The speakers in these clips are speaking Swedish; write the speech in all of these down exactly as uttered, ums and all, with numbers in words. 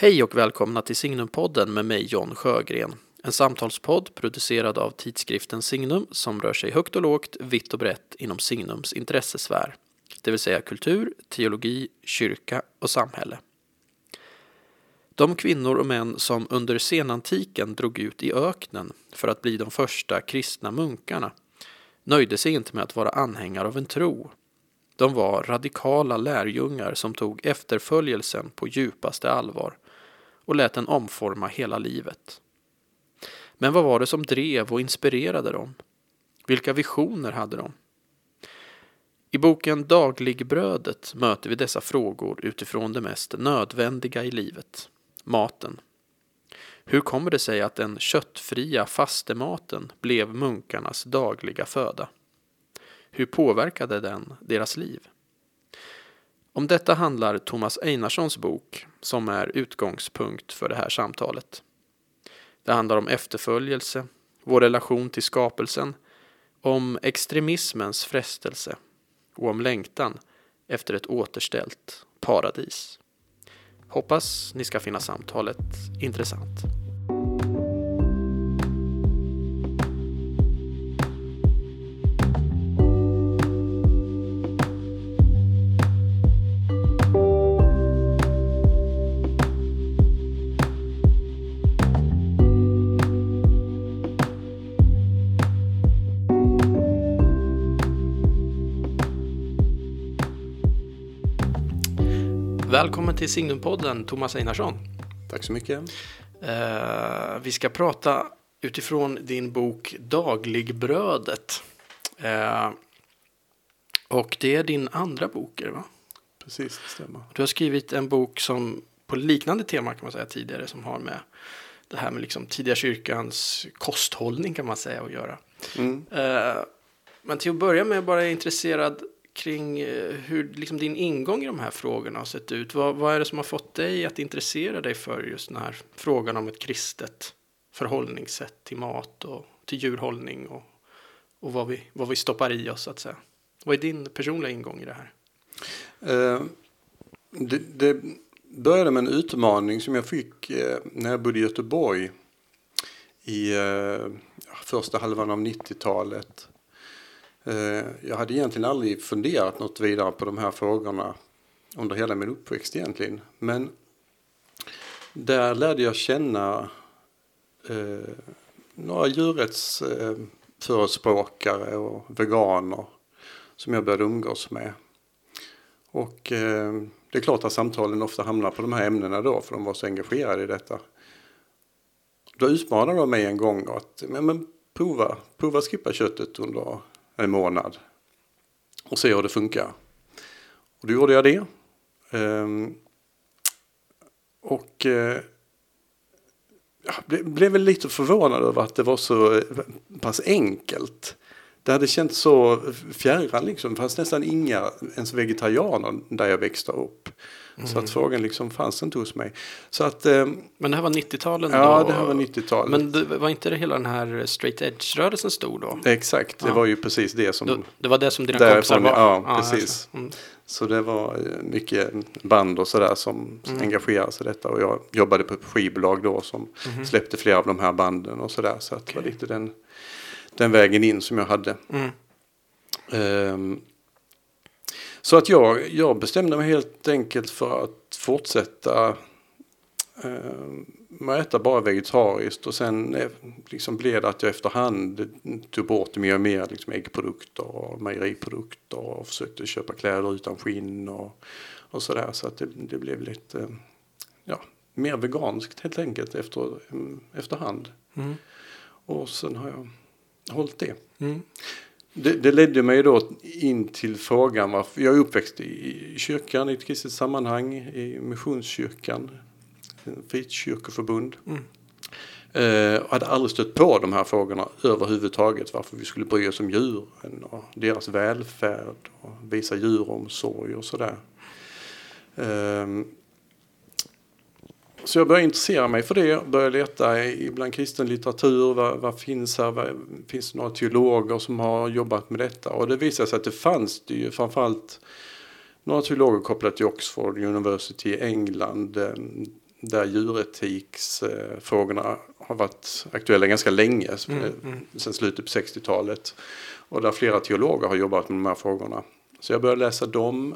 Hej och välkomna till Signumpodden med mig John Sjögren. En samtalspodd producerad av tidskriften Signum som rör sig högt och lågt, vitt och brett inom Signums intressesfär. Det vill säga kultur, teologi, kyrka och samhälle. De kvinnor och män som under senantiken drog ut i öknen för att bli de första kristna munkarna nöjde sig inte med att vara anhängare av en tro. De var radikala lärjungar som tog efterföljelsen på djupaste allvar och lät den omforma hela livet. Men vad var det som drev och inspirerade dem? Vilka visioner hade de? I boken Dagligbrödet möter vi dessa frågor utifrån det mest nödvändiga i livet, maten. Hur kommer det sig att den köttfria fastematen blev munkarnas dagliga föda? Hur påverkade den deras liv? Om detta handlar Thomas Einarssons bok som är utgångspunkt för det här samtalet. Det handlar om efterföljelse, vår relation till skapelsen, om extremismens frestelse och om längtan efter ett återställt paradis. Hoppas ni ska finna samtalet intressant. Välkommen till Signumpodden, Thomas Einarsson. Tack så mycket. Uh, vi ska prata utifrån din bok Dagligbrödet. Uh, och det är din andra bok, är det va? Precis, det stämmer. Du har skrivit en bok som på liknande tema kan man säga tidigare, som har med det här med liksom tidiga kyrkans kosthållning kan man säga att göra. Mm. Uh, men till att börja med bara är jag intresserad kring hur liksom din ingång i de här frågorna har sett ut. Vad, vad är det som har fått dig att intressera dig för just den här frågan om ett kristet förhållningssätt till mat och till djurhållning och, och vad, vi, vad vi stoppar i oss så att säga. Vad är din personliga ingång i det här? Uh, det, det började med en utmaning som jag fick uh, när jag bodde i Göteborg i uh, första halvan av nittiotalet. Jag hade egentligen aldrig funderat något vidare på de här frågorna under hela min uppväxt egentligen. Men där lärde jag känna eh, några djurrättsförespråkare eh, och veganer som jag började umgås med. Och eh, det är klart att samtalen ofta hamnar på de här ämnena då, för de var så engagerade i detta. Då utmanade de mig en gång att men, men, prova, prova skippa köttet under en månad och se hur det funkar. Och då gjorde jag det. Ehm, och eh, jag blev, blev väl lite förvånad över att det var så pass enkelt. Det hade känts så fjärran liksom. Det fanns nästan inga ens vegetarianer där jag växte upp. Mm. Så att frågan liksom fanns inte hos mig. Så att, eh, men det här var nittio-talen då? Ja, det här var nittio-talet. Men det, var inte det hela den här straight edge-rörelsen stod då? Exakt, det ja. var ju precis det som... Det, det var det som dina kompisar var? Ja, ja precis. Mm. Så det var mycket band och sådär som mm. engagerade sig i detta. Och jag jobbade på ett skivbolag då som mm. släppte flera av de här banden och sådär. Så att okay. det var lite den, den vägen in som jag hade. Mm. Um, Så att jag, jag bestämde mig helt enkelt för att fortsätta eh, med att äta bara vegetariskt. Och sen eh, liksom blev det att jag efterhand tog bort mer och mer liksom äggprodukter och mejeriprodukter. Och försökte köpa kläder utan skinn och, och sådär. Så att det, det blev lite eh, ja, mer veganskt helt enkelt efter, efterhand. Mm. Och sen har jag hållit det. Mm. Det, det ledde mig då in till frågan varför jag är uppväxt i kyrkan i ett kristet sammanhang, i missionskyrkan, en frikyrkoförbund. Mm. Eh, och hade aldrig stött på de här frågorna överhuvudtaget, varför vi skulle bry oss om djuren och deras välfärd och visa djuromsorg och sådär. Eh, Så jag började intressera mig för det, började leta ibland kristen litteratur, vad, vad finns här, vad, finns det några teologer som har jobbat med detta? Och det visade sig att det fanns det ju framförallt några teologer kopplat till Oxford University i England där djuretiksfrågorna har varit aktuella ganska länge, mm, mm. sedan slutet på sextiotalet. Och där flera teologer har jobbat med de här frågorna. Så jag började läsa dem.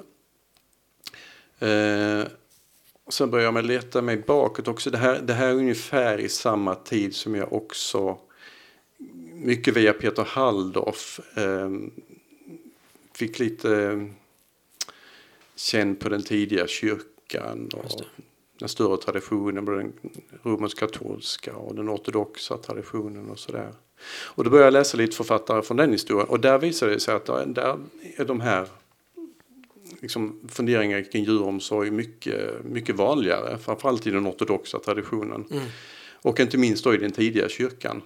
Eh, och sen började jag med leta mig bakåt också. Det här, det här är ungefär i samma tid som jag också, mycket via Peter Halldorf, eh, fick lite eh, känn på den tidiga kyrkan och den större traditionen, både den romersk-katolska och den ortodoxa traditionen och sådär. Och då började jag läsa lite författare från den historien. Och där visade det sig att där är de här liksom, funderingar kring djuromsorg mycket, mycket vanligare. Framförallt i den ortodoxa traditionen. Mm. Och inte minst då i den tidiga kyrkan.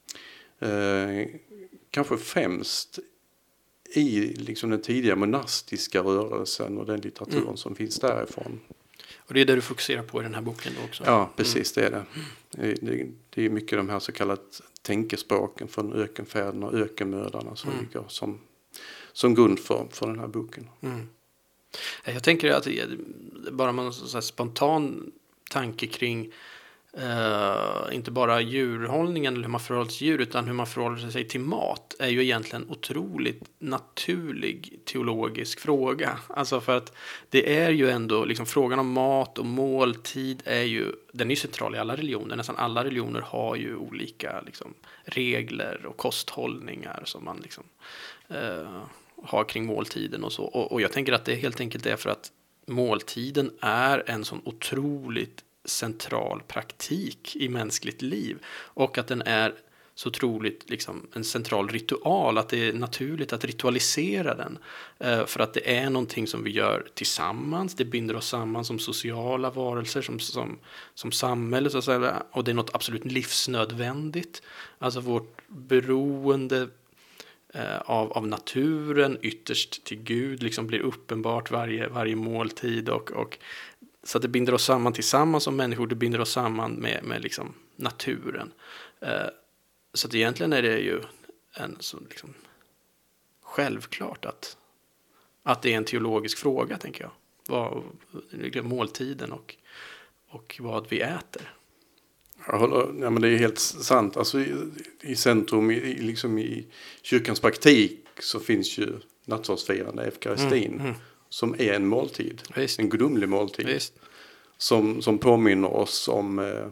Eh, kanske främst i liksom, den tidiga monastiska rörelsen och den litteraturen mm. som finns därifrån. Och det är det du fokuserar på i den här boken då också? Ja, precis, det är det. Det, det, det är mycket de här så kallade tänkespråken från ökenfäderna och ökenmödrarna som mm. ligger som, som grund för, för den här boken. Mm. Jag tänker att det, bara man så här spontan tanke kring Uh, inte bara djurhållningen eller hur man förhåller sig till djur, utan hur man förhåller sig till mat är ju egentligen otroligt naturlig teologisk fråga. Alltså för att det är ju ändå liksom, frågan om mat och måltid är ju, den är ju central i alla religioner. Nästan alla religioner har ju olika liksom, regler och kosthållningar som man liksom, uh, har kring måltiden och så. Och, och jag tänker att det helt enkelt är för att måltiden är en sån otroligt central praktik i mänskligt liv, och att den är så otroligt liksom, en central ritual, att det är naturligt att ritualisera den, eh, för att det är någonting som vi gör tillsammans, det binder oss samman som sociala varelser, som, som, som samhälle så att säga, och det är något absolut livsnödvändigt. Alltså vårt beroende eh, av, av naturen, ytterst till Gud, liksom blir uppenbart varje, varje måltid, och, och så att det binder oss samman tillsammans som människor, det binder oss samman med, med liksom naturen. Eh, så att egentligen är det ju en så liksom självklart att, att det är en teologisk fråga, tänker jag. Vad, måltiden och, och vad vi äter. Jag håller, ja, men det är helt sant. Alltså i, i centrum, i, liksom i kyrkans praktik så finns ju nattvardsfirande, eukaristin. Mm, mm. Som är en måltid, Visst. en gudomlig måltid. Visst. Som, som påminner oss om eh,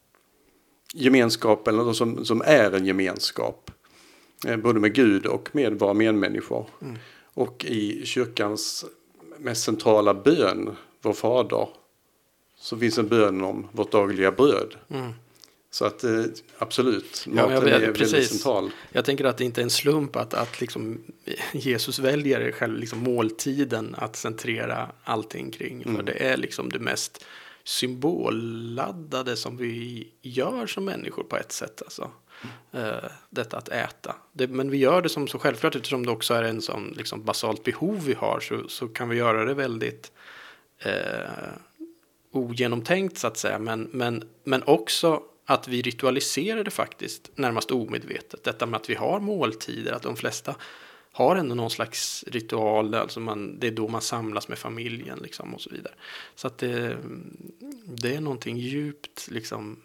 gemenskap, eller som, som är en gemenskap. Eh, både med Gud och med våra medmänniskor. Mm. Och i kyrkans mest centrala bön, vår fader, så finns en bön om vårt dagliga bröd. Mm. Så att eh, absolut, maten ja, vet, är precis. väldigt central. Jag tänker att det inte är en slump att, att liksom Jesus väljer själv liksom måltiden att centrera allting kring. Mm. För det är liksom det mest symbolladdade som vi gör som människor på ett sätt. Alltså. Mm. Uh, detta att äta. Det, men vi gör det som så självklart, eftersom det också är en sån liksom basalt behov vi har, så, så kan vi göra det väldigt uh, ogenomtänkt så att säga. Men, men, men också att vi ritualiserar det faktiskt närmast omedvetet. Detta med att vi har måltider, att de flesta har ändå någon slags ritual, alltså man, det är då man samlas med familjen liksom, och så vidare. Så att det, det är någonting djupt liksom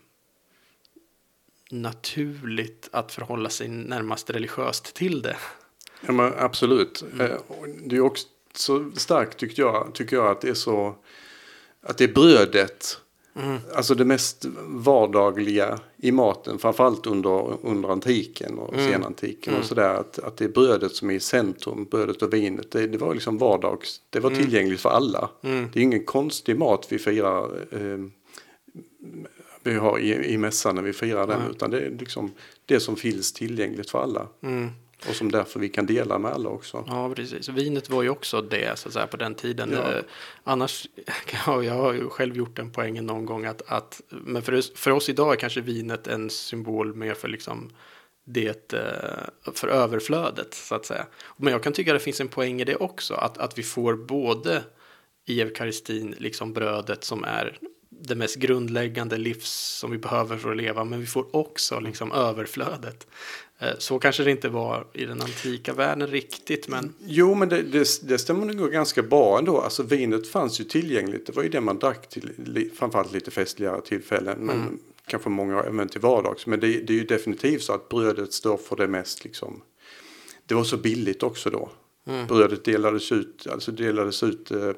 naturligt att förhålla sig närmast religiöst till det. Ja, men absolut. Mm. Det är också så starkt tycker jag, tycker jag att det är så att det är brödet. Mm. Alltså det mest vardagliga i maten, framförallt under, under antiken och mm. senantiken mm. och sådär, att, att det är brödet som är i centrum, brödet och vinet, det, det var liksom vardags, det var mm. tillgängligt för alla. Mm. Det är ingen konstig mat vi firar eh, vi har i, i mässan när vi firar den, mm. utan det är liksom det som finns tillgängligt för alla. Mm. Och som därför vi kan dela med alla också. Ja, precis. Vinet var ju också det så att säga, på den tiden. Ja. Eh, annars, ja, jag har ju själv gjort den poängen någon gång att, att men för, för oss idag är kanske vinet en symbol mer för liksom det, eh, för överflödet så att säga. Men jag kan tycka att det finns en poäng i det också, att, att vi får både i eukaristin liksom brödet som är det mest grundläggande livs som vi behöver för att leva, men vi får också liksom överflödet. Så kanske det inte var i den antika världen riktigt, men... Jo, men det, det, det stämmer nog ganska bra ändå. Alltså vinet fanns ju tillgängligt. Det var ju det man drack till framförallt lite festligare tillfällen, men mm. kanske många även till vardags. Men det, det är ju definitivt så att brödet står för det mest liksom... Det var så billigt också då. Mm. Brödet delades ut, alltså delades ut eh,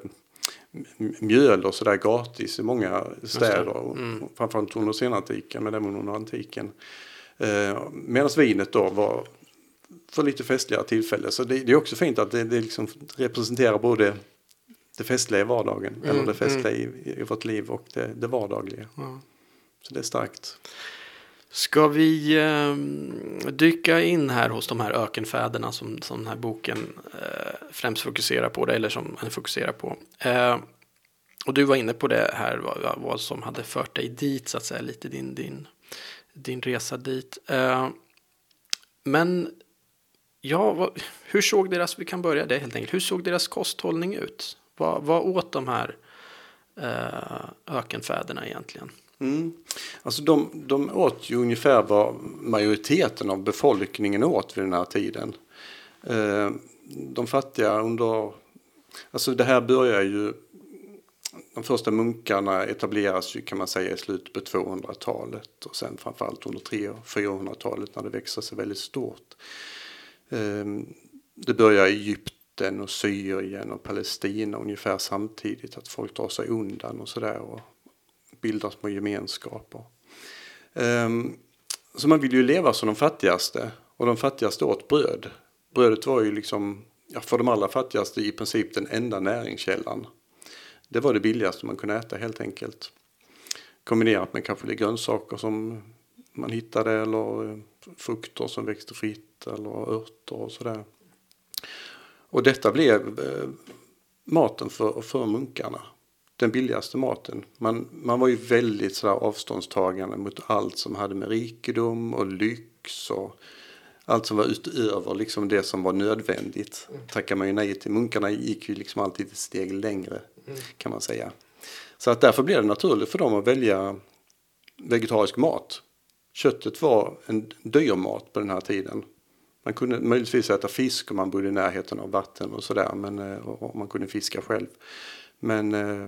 mjöl och sådär gratis i många städer. Mm. Framförallt under senantiken, men även under antiken. Eh, Medan vinet då var för lite festligare tillfällen. Så det, det är också fint att det, det liksom representerar både det festliga i vardagen, mm. eller det festliga mm. i, i vårt liv och det, det vardagliga. Mm. Så det är starkt. Ska vi eh, dyka in här hos de här ökenfäderna som, som den här boken eh, främst fokuserar på, det, eller som den fokuserar på. Eh, och du var inne på det här, vad, vad som hade fört dig dit, så att säga, lite din, din, din resa dit. Eh, men ja, vad, hur såg deras, vi kan börja det helt enkelt, hur såg deras kosthållning ut? Vad, vad åt de här eh, ökenfäderna egentligen? Mm. Alltså de, de åt ju ungefär vad majoriteten av befolkningen åt vid den här tiden. Eh, de fattiga under... Alltså det här börjar ju... De första munkarna etableras ju, kan man säga, i slutet på tvåhundratalet. Och sen framförallt under tre- och fyrahundratalet när det växer sig väldigt stort. Eh, det börjar i Egypten och Syrien och Palestina ungefär samtidigt. Att folk drar sig undan och sådär och bildar små gemenskaper. Um, så man vill ju leva som de fattigaste. Och de fattigaste åt bröd. Brödet var ju liksom, ja, för de allra fattigaste i princip den enda näringskällan. Det var det billigaste man kunde äta helt enkelt. Kombinerat med kanske grönsaker som man hittade, eller frukter som växte fritt, eller örter och sådär. Och detta blev eh, maten för, för munkarna. Den billigaste maten. Man, man var ju väldigt sådär avståndstagande mot allt som hade med rikedom och lyx och allt som var utöver liksom det som var nödvändigt. Mm. Tackar man ju nej till. Munkarna gick ju liksom alltid ett steg längre, mm. kan man säga. Så att därför blev det naturligt för dem att välja vegetarisk mat. Köttet var en dyr mat på den här tiden. Man kunde möjligtvis äta fisk om man bodde i närheten av vatten och sådär, men och man kunde fiska själv. Men eh,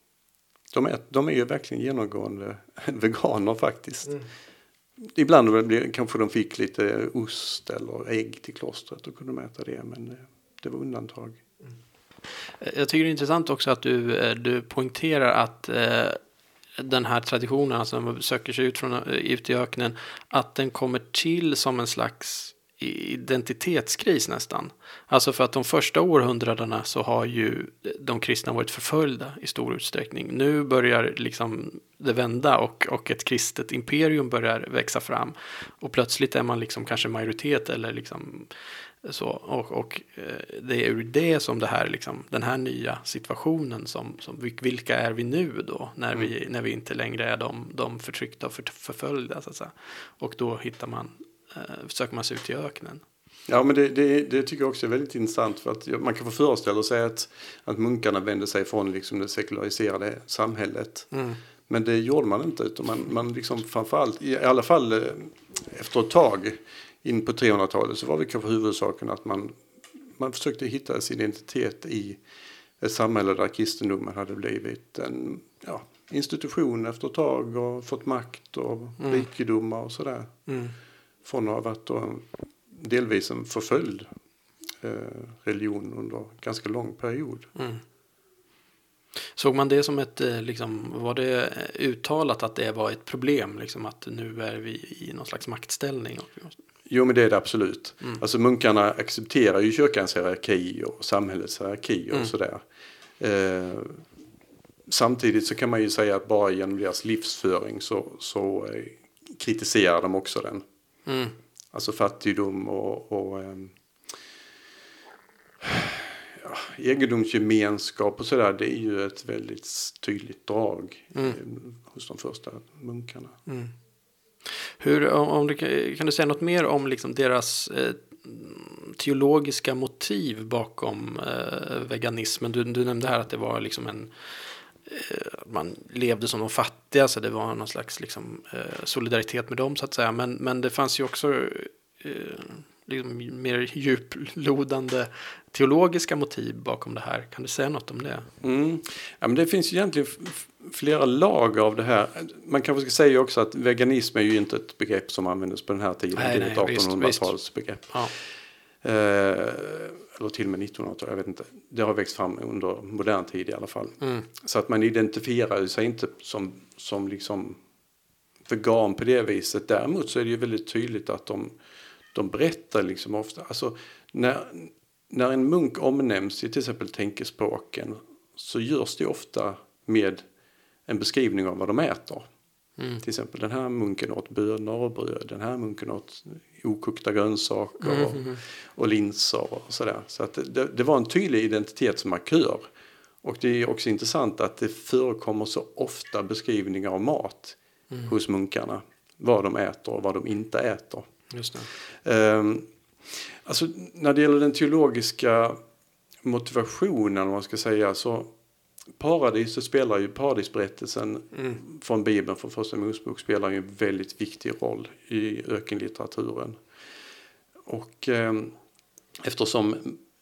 de, är, de är ju verkligen genomgående veganer faktiskt. Mm. Ibland blir, kanske de fick lite ost eller ägg till klostret och kunde de äta det, men eh, det var undantag. Mm. Jag tycker det är intressant också att du, du poängterar att eh, den här traditionen, alltså när man söker sig ut, från, ut i öknen, att den kommer till som en slags identitetskris nästan. Alltså för att de första århundradena så har ju de kristna varit förföljda i stor utsträckning. Nu börjar liksom det vända och, och ett kristet imperium börjar växa fram. Och plötsligt är man liksom kanske majoritet eller liksom så. Och, och det är ur det som det här liksom, den här nya situationen som, som vilka är vi nu då när, mm. vi, när vi inte längre är de, de förtryckta och för, förföljda så att säga. Och då hittar man försöker man sig ut i öknen. Ja, men det, det, det tycker jag också är väldigt intressant, för att man kan få föreställa sig att, att munkarna vände sig från liksom det sekulariserade samhället. Mm. Men det gjorde man inte, utan man, man liksom framförallt, i alla fall efter ett tag in på trehundratalet, så var det kanske huvudsaken att man, man försökte hitta sin identitet i ett samhälle där kristendomen hade blivit en ja, institution efter ett tag och fått makt och mm. rikedomar och sådär. Mm. Från att ha varit då delvis en förföljd eh, religion under ganska lång period. Mm. Såg man det som ett, liksom, var det uttalat att det var ett problem, liksom, att nu är vi i någon slags maktställning? Jo, men det är det absolut. Mm. Alltså munkarna accepterar ju kyrkans hierarki och samhällets hierarki och mm. sådär. Eh, samtidigt så kan man ju säga att bara genom deras livsföring så, så eh, kritiserar de också den. Mm. Alltså fattigdom och, och ähm, ja, egendomsgemenskap och sådär, det är ju ett väldigt tydligt drag mm. eh, hos de första munkarna. Mm. Hur, om du, kan du säga något mer om liksom deras eh, teologiska motiv bakom eh, veganismen? Du, du nämnde här att det var liksom en man levde som de fattiga, så det var någon slags liksom, eh, solidaritet med dem så att säga. Men, men det fanns ju också eh, liksom mer djuplodande teologiska motiv bakom det här. Kan du säga något om det? Mm. Ja, men det finns ju egentligen f- flera lag av det här. Man kanske ska säga också att veganism är ju inte ett begrepp som användes på den här tiden. Nej, det är ett nej, artonhundratalsbegrepp. Ja. Eh, eller till och med nittonhundratalet, jag vet inte. Det har växt fram under modern tid i alla fall. Mm. Så att man identifierar sig inte som, som liksom vegan på det viset. Däremot så är det ju väldigt tydligt att de, de berättar liksom ofta. Alltså när, när en munk omnämns i till exempel tänkespråken så görs det ofta med en beskrivning av vad de äter. Mm. Till exempel den här munken åt bönor och bröd. Den här munken åt okokta grönsaker mm. och, och linser och sådär. Så att det, det var en tydlig identitetsmarkör. Och det är också intressant att det förekommer så ofta beskrivningar av mat mm. hos munkarna. Vad de äter och vad de inte äter. Just det. Um, alltså när det gäller den teologiska motivationen, om man ska säga, så paradis, så spelar ju paradisberättelsen mm. från Bibeln, från första Mosebok, spelar ju en väldigt viktig roll i ökenlitteraturen. Och eh, eftersom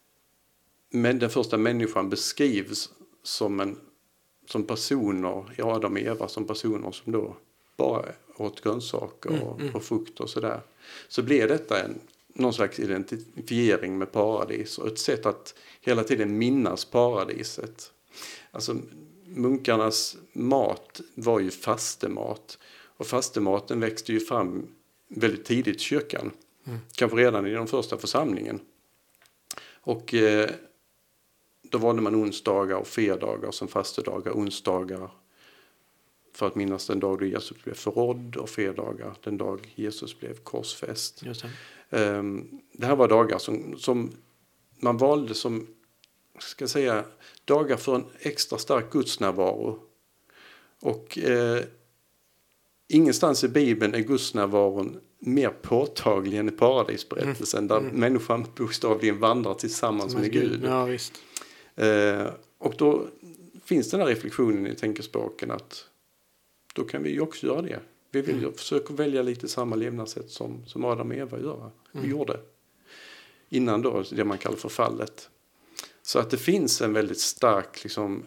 men den första människan beskrivs som, en, som personer, i Adam och Eva, som personer som då bara åt grönsaker mm, och, mm. och frukt och sådär, så blir detta en, någon slags identifiering med paradis och ett sätt att hela tiden minnas paradiset. Alltså munkarnas mat var ju fastemat, och fastematen växte ju fram väldigt tidigt i kyrkan, mm. kanske redan i den första församlingen. Och eh, då valde man onsdagar och fredagar som fastedagar. Onsdagar för att minnas den dag då Jesus blev förrådd, och fredagar den dag Jesus blev korsfäst. Just det. Eh, det här var dagar som, som man valde som, ska jag säga, dagar för en extra stark gudsnärvaro. Och eh, ingenstans i Bibeln är gudsnärvaron mer påtaglig än i paradisberättelsen, mm. där mm. människan bokstavligen vandrar tillsammans med Gud. Ja, visst. Eh, och då finns den här reflektionen i tänkespråken att då kan vi ju också göra det. Vi vill ju mm. försöka välja lite samma levnadssätt som, som Adam och Eva gör. Vi mm. gjorde innan då det man kallar för fallet. Så att det finns en väldigt stark liksom,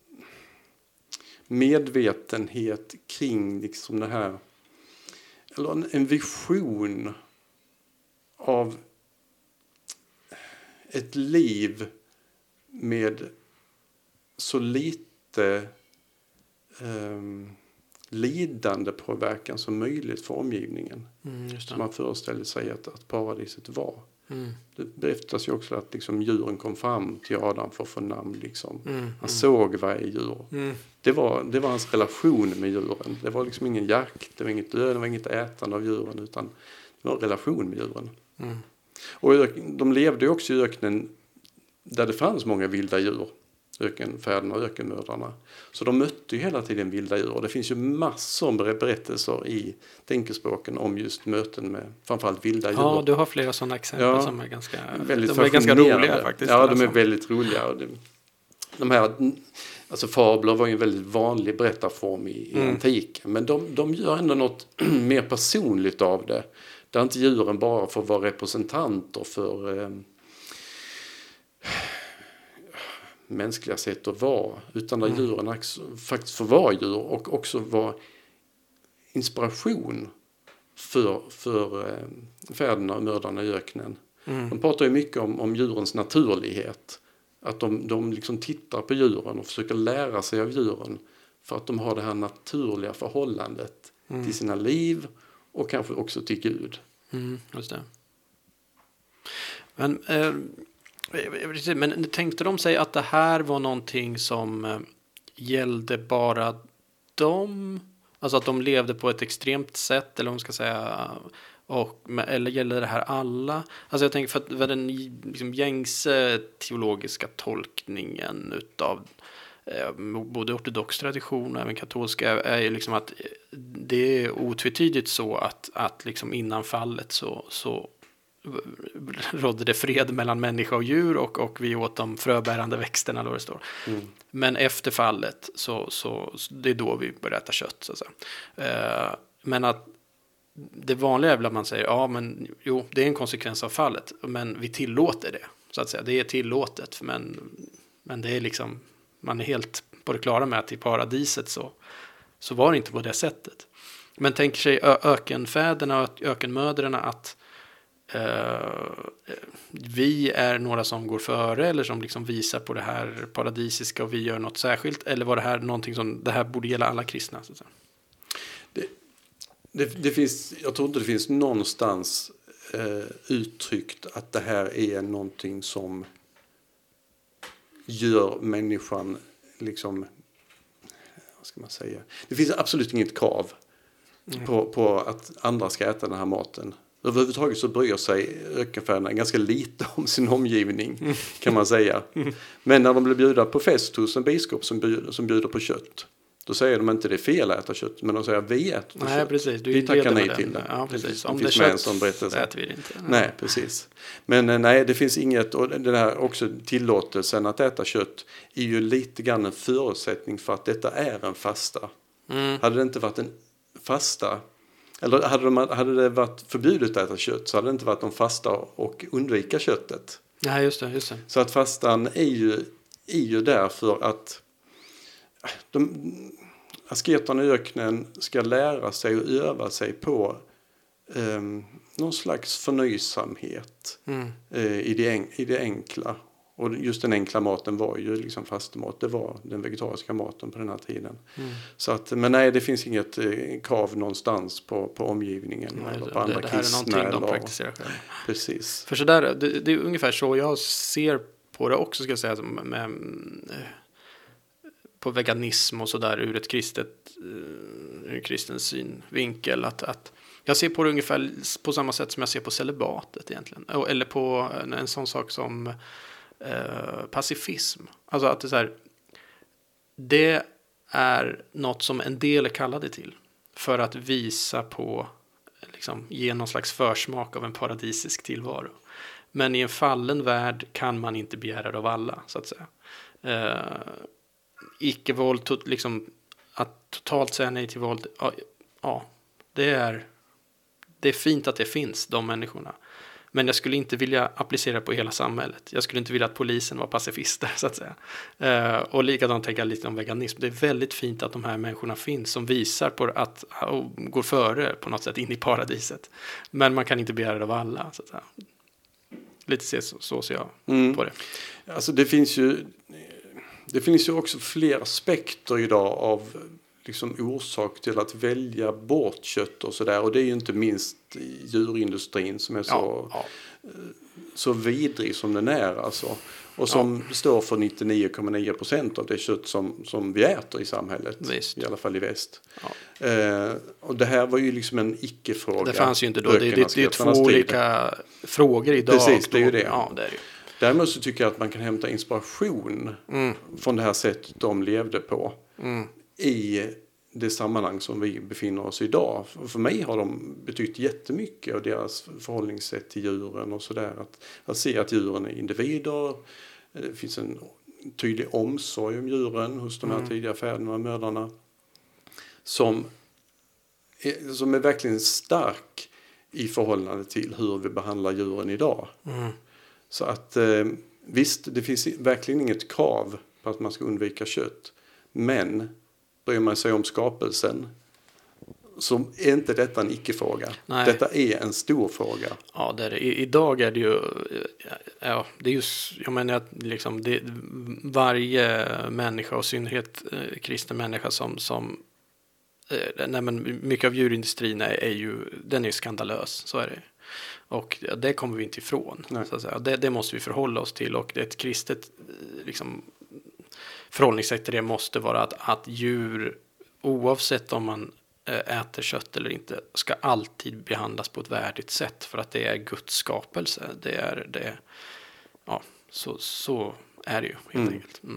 medvetenhet kring liksom det här, eller en, en vision av ett liv med så lite um, lidande påverkan som möjligt för omgivningen. Mm, just det. Som man föreställer sig att, att paradiset var. Mm. Det berättas ju också att liksom, djuren kom fram till Adam för att få namn. Liksom. Mm, Han mm. såg varje djur. Mm. Det, var, det var hans relation med djuren. Det var liksom ingen jakt, det var inget död, det var inget ätande av djuren, utan det var en relation med djuren. Mm. Och de levde ju också i öknen där det fanns många vilda djur. Ökenfäderna och ökenmödrarna. Så de mötte ju hela tiden vilda djur. Och det finns ju massor med berättelser i tänkespråken om just möten med framförallt vilda djur. Ja, du har flera sådana exempel ja, som är ganska, väldigt de är ganska roliga faktiskt. Ja, de är väldigt roliga. De här, alltså fabler var ju en väldigt vanlig berättarform i, i mm. antiken. Men de, de gör ändå något mer personligt av det. Där inte djuren bara får vara representanter för eh, mänskliga sätt att vara, utan där mm. djuren faktiskt får vara djur och också vara inspiration för, för eh, fäderna och mödrarna i öknen. Mm. De pratar ju mycket om, om djurens naturlighet. Att de, de liksom tittar på djuren och försöker lära sig av djuren för att de har det här naturliga förhållandet mm. till sina liv och kanske också till Gud. Mm, just det. Men, eh, men tänkte de sig att det här var någonting som eh, gällde bara dem? Alltså att de levde på ett extremt sätt, eller om man ska säga, och, eller gäller det här alla? Alltså jag tänker för att för den liksom, gängse teologiska tolkningen utav eh, både ortodox tradition och även katolska är ju liksom att det är otvetydigt så att, att liksom innan fallet så, så rådde det fred mellan människa och djur och, och vi åt de fröbärande växterna, eller vad det står. Mm. Men efter fallet så, så det är då vi börjar äta kött, så att säga. Eh, men att det vanliga är väl att man säger, ja men jo, det är en konsekvens av fallet, men vi tillåter det, så att säga. Det är tillåtet, men, men det är liksom, man är helt på det klara med att i paradiset så, så var det inte på det sättet. Men tänker sig ö- ökenfäderna och ökenmödrarna att Uh, vi är några som går före eller som liksom visar på det här paradisiska och vi gör något särskilt, eller var det här någonting som det här borde gälla alla kristna, så att säga? Det, det, det finns, jag tror inte det finns någonstans eh, uttryckt att det här är någonting som gör människan liksom, vad ska man säga, det finns absolut inget krav mm. på, på att andra ska äta den här maten. Överhuvudtaget så bryr sig ökenfäderna ganska lite om sin omgivning, mm. kan man säga. Mm. Men när de blir bjudna på fest hos en biskop som bjuder, som bjuder på kött, då säger de inte det är fel att äta kött, men de säger vi äter nej, kött. Precis. Du vi tackar nej till det. Ja, precis. Det, om det det finns är med en sån berättelse. äter vi det inte. Nej. nej, precis. Men nej, det finns inget, och den här också tillåtelsen att äta kött är ju lite grann en förutsättning för att detta är en fasta. Mm. Hade det inte varit en fasta, eller hade, de, hade det varit förbjudet att äta kött, så hade det inte varit de fasta och undvika köttet. Ja, just det, just det. Så att fastan är ju, är ju därför att de, asketerna i öknen ska lära sig och öva sig på um, någon slags förnöjsamhet mm. uh, i, det en, i det enkla. Och just den enkla maten var ju liksom fastemat. Det var den vegetariska maten på den här tiden. Mm. Så att, men nej, det finns inget eh, krav någonstans på, på omgivningen. Nej, eller på andra det, det här kristna. är någonting de praktiserar själva. Precis. För så där, det, det är ungefär så jag ser på det också, ska jag säga, med, med, på veganism och sådär ur ett kristet, ur kristen synvinkel. Att, att jag ser på det ungefär på samma sätt som jag ser på celibatet egentligen. Eller på en, en sån sak som Uh, pacifism. Alltså att det är så här, det är något som en del är kallade till för att visa på, liksom, ge någon slags försmak av en paradisisk tillvaro. Men i en fallen värld kan man inte begära det av alla, så att säga. Uh, icke-våld, to- liksom, att totalt säga nej till våld, ja, ja det är det är fint att det finns, de människorna. Men jag skulle inte vilja applicera på hela samhället. Jag skulle inte vilja att polisen var pacifister, så att säga. Uh, och likadant tänker jag lite om veganism. Det är väldigt fint att de här människorna finns som visar på att uh, går före på något sätt in i paradiset. Men man kan inte begära det av alla, så att säga. Lite så, så ser jag mm. på det. Alltså det finns ju det finns ju också fler aspekter idag av liksom orsak till att välja bort kött och sådär. Och det är ju inte minst djurindustrin som är så, ja, ja. så vidrig som den är. Alltså. Och som ja. står för nittionio komma nio procent av det kött som, som vi äter i samhället. Visst. I alla fall i väst. Ja. Eh, och det här var ju liksom en icke-fråga. Det fanns ju inte då. Det, det, det är två olika frågor idag. Precis, det är ju det. Ja, det är det. Däremot så tycker jag att man kan hämta inspiration mm. från det här sättet de levde på. Mm. I det sammanhang som vi befinner oss i idag. För mig har de betytt jättemycket av deras förhållningssätt till djuren och sådär. Att, att se att djuren är individer. Det finns en tydlig omsorg om djuren hos de här mm. tidiga fäderna och mödrarna. Som är, som är verkligen stark i förhållande till hur vi behandlar djuren idag. Mm. Så att eh, visst, det finns verkligen inget krav på att man ska undvika kött. Men bryr man sig om skapelsen, så är inte detta en icke-fråga. Nej. Detta är en stor fråga. Ja, det är det. I, idag är det ju, ja, det är ju, jag menar att liksom det, varje människa, och i synnerhet eh, kristen människa som, som eh, nej, men mycket av djurindustrin är, är ju, den är skandalös, så är det. Och det kommer vi inte ifrån. Så att säga. Det, det måste vi förhålla oss till, och ett kristet liksom förhållningssätt till det måste vara att, att djur, oavsett om man äter kött eller inte, ska alltid behandlas på ett värdigt sätt, för att det är Guds skapelse. Det är det. Ja, så så är det ju helt mm. enkelt. Mm.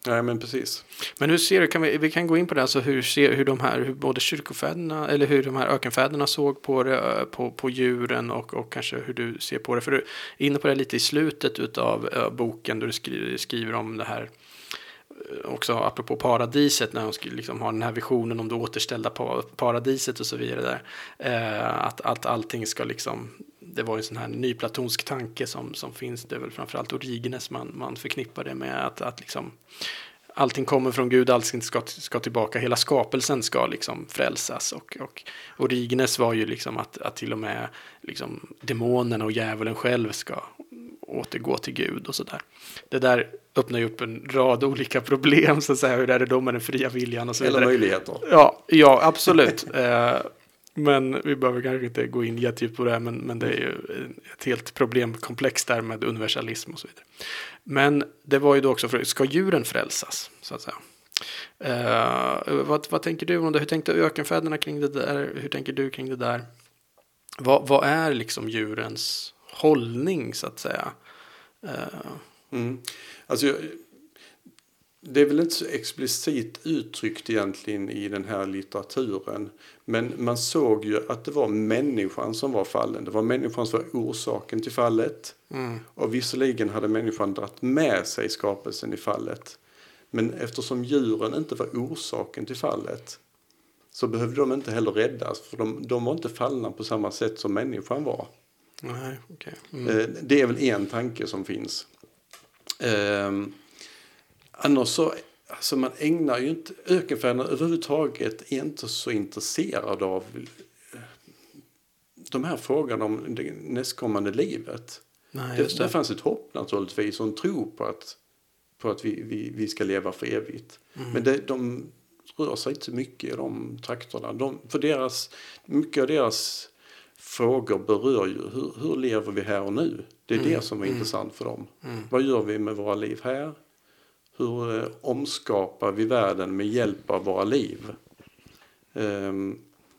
Nej, men precis. Men hur ser du, kan vi, vi kan gå in på det, alltså hur ser hur de här, hur både kyrkofäderna eller hur de här ökenfäderna såg på det, på, på djuren och, och kanske hur du ser på det. För du är inne på det lite i slutet utav uh, boken där du skriver, skriver om det här också apropå paradiset, när de skulle liksom ha den här visionen om det återställda paradiset och så vidare där. Eh, att, att allting ska liksom, det var ju en sån här nyplatonsk tanke som, som finns, det är väl framförallt Origenes man, man förknippar det med, att, att liksom allting kommer från Gud, allting ska, ska tillbaka, hela skapelsen ska liksom frälsas, och, och Origenes var ju liksom att, att till och med liksom demonen och djävulen själv ska återgå till Gud och sådär. Det där öppnar ju upp en rad olika problem, så att säga, hur är det då med den fria viljan och så vidare. Eller möjligheter. Ja, ja absolut. eh, men vi behöver kanske inte gå in jättedjupt på det här, men, men det är ju ett helt problemkomplex där med universalism och så vidare. Men det var ju då också, för, ska djuren frälsas, så att säga? Eh, vad, vad tänker du om det? Hur tänkte ökenfäderna kring det där? Hur tänker du kring det där? Vad, vad är liksom djurens hållning, så att säga? Uh. Mm. Alltså, jag, det är väl inte så explicit uttryckt egentligen i den här litteraturen, men man såg ju att det var människan som var fallen. Det var människan som var orsaken till fallet. Mm. Och visserligen hade människan dragit med sig skapelsen i fallet, men eftersom djuren inte var orsaken till fallet så behövde de inte heller räddas, för de, de var inte fallna på samma sätt som människan var. Nej, okay. Mm. Det är väl en tanke som finns. Eh, annars så, alltså man ägnar ju inte, ökenfäderna överhuvudtaget är inte så intresserade av de här frågorna om det nästkommande livet. Nej, det, just det. det fanns ett hopp naturligtvis och en tro på att, på att vi, vi, vi ska leva för evigt. Mm. Men det, de rör sig inte så mycket i de trakterna. De, för deras, mycket av deras frågor berör ju hur, hur lever vi här och nu. Det är mm. det som är mm. intressant för dem. Mm. Vad gör vi med våra liv här? Hur eh, omskapar vi världen med hjälp av våra liv? Um,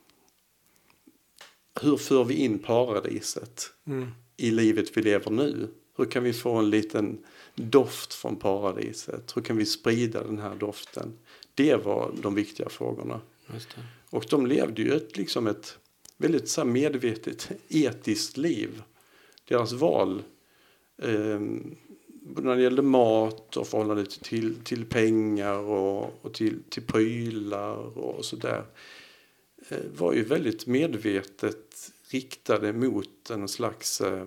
hur för vi in paradiset mm. i livet vi lever nu? Hur kan vi få en liten doft från paradiset? Hur kan vi sprida den här doften? Det var de viktiga frågorna. Just det. Och de levde ju ett, liksom ett väldigt så medvetet etiskt liv. Deras val eh, när det gällde mat och förhållande till, till pengar och, och till, till prylar och sådär eh, var ju väldigt medvetet riktade mot en slags eh,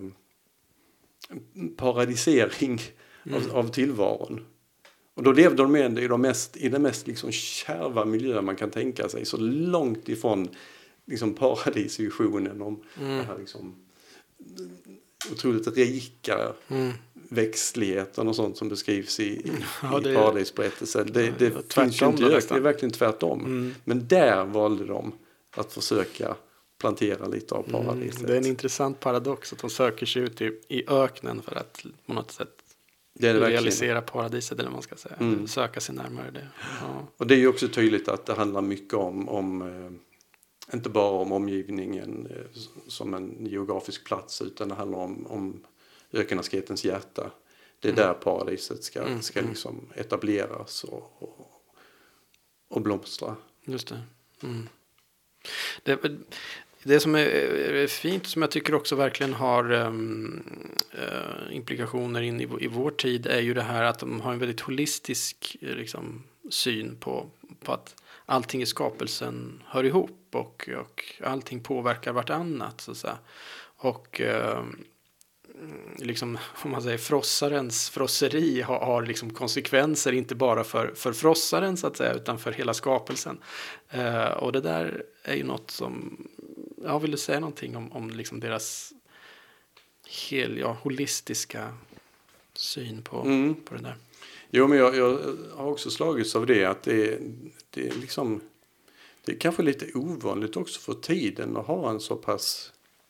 paradisering mm. av, av tillvaron. Och då levde de med i, de mest, i den mest liksom kärva miljö man kan tänka sig, så långt ifrån liksom paradisvisionen om mm. det här liksom otroligt rika mm. växtligheten och sånt som beskrivs i, ja, i paradisberättelsen. Det, det, det finns ju inte, det är verkligen tvärtom. Mm. Men där valde de att försöka plantera lite av paradiset. Mm. Det är en intressant paradox att de söker sig ut i, i öknen för att på något sätt det är det realisera verkligen. Paradiset, eller vad man ska säga. Mm. Söka sig närmare det. Ja. Och det är ju också tydligt att det handlar mycket om, om eh, inte bara om omgivningen eh, som en geografisk plats, utan det handlar om, om ökenasketens hjärta. Det är mm. där paradiset ska, mm. ska liksom etableras och, och, och blomstra. Just det. Mm. Det, det som är fint, som jag tycker också verkligen har um, uh, implikationer in i, i vår tid, är ju det här att de har en väldigt holistisk liksom, syn på, på att allting i skapelsen hör ihop och, och allting påverkar vartannat, så att säga. Och uh, liksom, om man säger, frossarens frosseri har, har liksom konsekvenser inte bara för, för frossaren, så att säga, utan för hela skapelsen. Uh, och det där är ju något som, jag vill säga någonting om, om liksom deras hel, ja, holistiska syn på, mm. på det där. Jo, men jag, jag har också slagits av det, att det, det är liksom, det är kanske lite ovanligt också för tiden att ha en så pass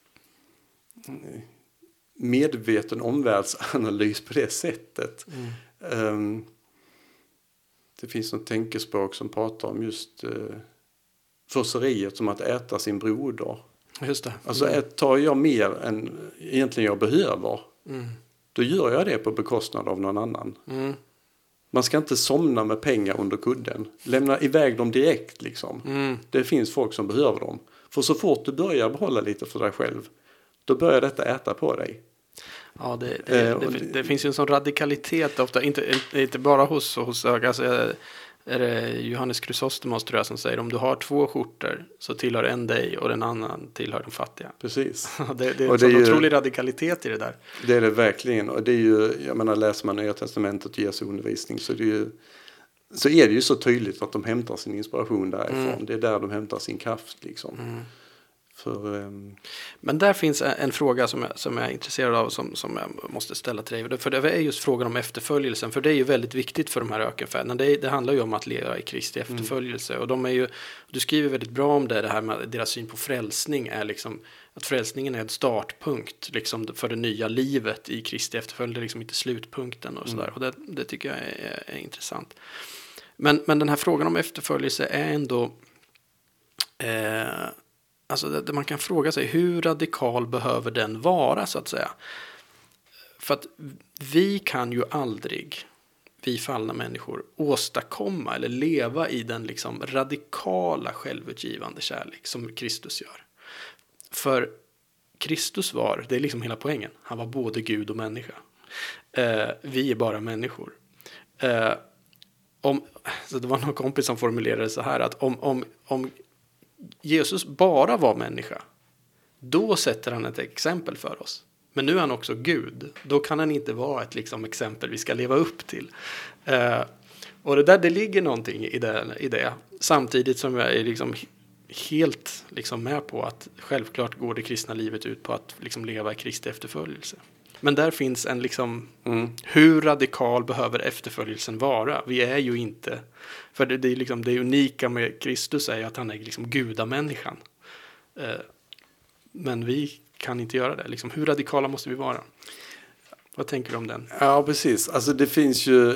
medveten omvärldsanalys på det sättet. Mm. Um, det finns något tänkespråk som pratar om just uh, frosseriet som att äta sin broder. Just det. Alltså mm. tar jag mer än egentligen jag behöver, mm. då gör jag det på bekostnad av någon annan. Mm. Man ska inte somna med pengar under kudden. Lämna iväg dem direkt liksom. Mm. Det finns folk som behöver dem. För så fort du börjar behålla lite för dig själv, då börjar detta äta på dig. Ja, det, det, Eh, det, och det, det- det finns ju en sån radikalitet ofta, inte, inte bara hos, hos alltså, är det Johannes Chrysostomos tror jag som säger, om du har två skjortor så tillhör en dig och den annan tillhör de fattiga. Precis. det, det är Och en det är sån ju- otrolig radikalitet i det där. Det är det verkligen. Och det är ju, jag menar, läser man Nya Testamentet och Jesu undervisning så är det ju, så är det ju så tydligt att de hämtar sin inspiration därifrån. Mm. Det är där de hämtar sin kraft liksom. Mm. För, ehm, Men där finns en, en fråga som jag, som jag är intresserad av som, som jag måste ställa till dig. För det är just frågan om efterföljelsen. För det är ju väldigt viktigt för de här ökenfäderna. Det, det handlar ju om att leva i Kristi efterföljelse. Mm. Och de är ju, du skriver väldigt bra om det, det här med deras syn på frälsning är liksom att frälsningen är en startpunkt liksom för det nya livet i Kristi efterföljelse, liksom inte slutpunkten och sådär. Mm. Och det, det tycker jag är, är intressant. Men, men den här frågan om efterföljelse är ändå eh, alltså det, det man kan fråga sig, hur radikal behöver den vara så att säga? För att vi kan ju aldrig, vi fallna människor, åstadkomma eller leva i den liksom radikala självutgivande kärlek som Kristus gör. För Kristus var, det är liksom hela poängen, han var både Gud och människa. Eh, vi är bara människor. Eh, om, så det var någon kompis som formulerade så här att om, om, om Jesus bara var människa, då sätter han ett exempel för oss. Men nu är han också Gud. Då kan han inte vara ett liksom, exempel vi ska leva upp till. Eh, och det där, det ligger någonting i det. I det. Samtidigt som jag är liksom helt liksom med på att självklart går det kristna livet ut på att liksom leva i Kristi efterföljelse. Men där finns en liksom, mm. hur radikal behöver efterföljelsen vara? Vi är ju inte, för det, det är liksom det unika med Kristus är ju att han är liksom gudamänniskan. Eh, men vi kan inte göra det. Liksom, hur radikala måste vi vara? Vad tänker du om den? Ja, precis. Alltså det finns ju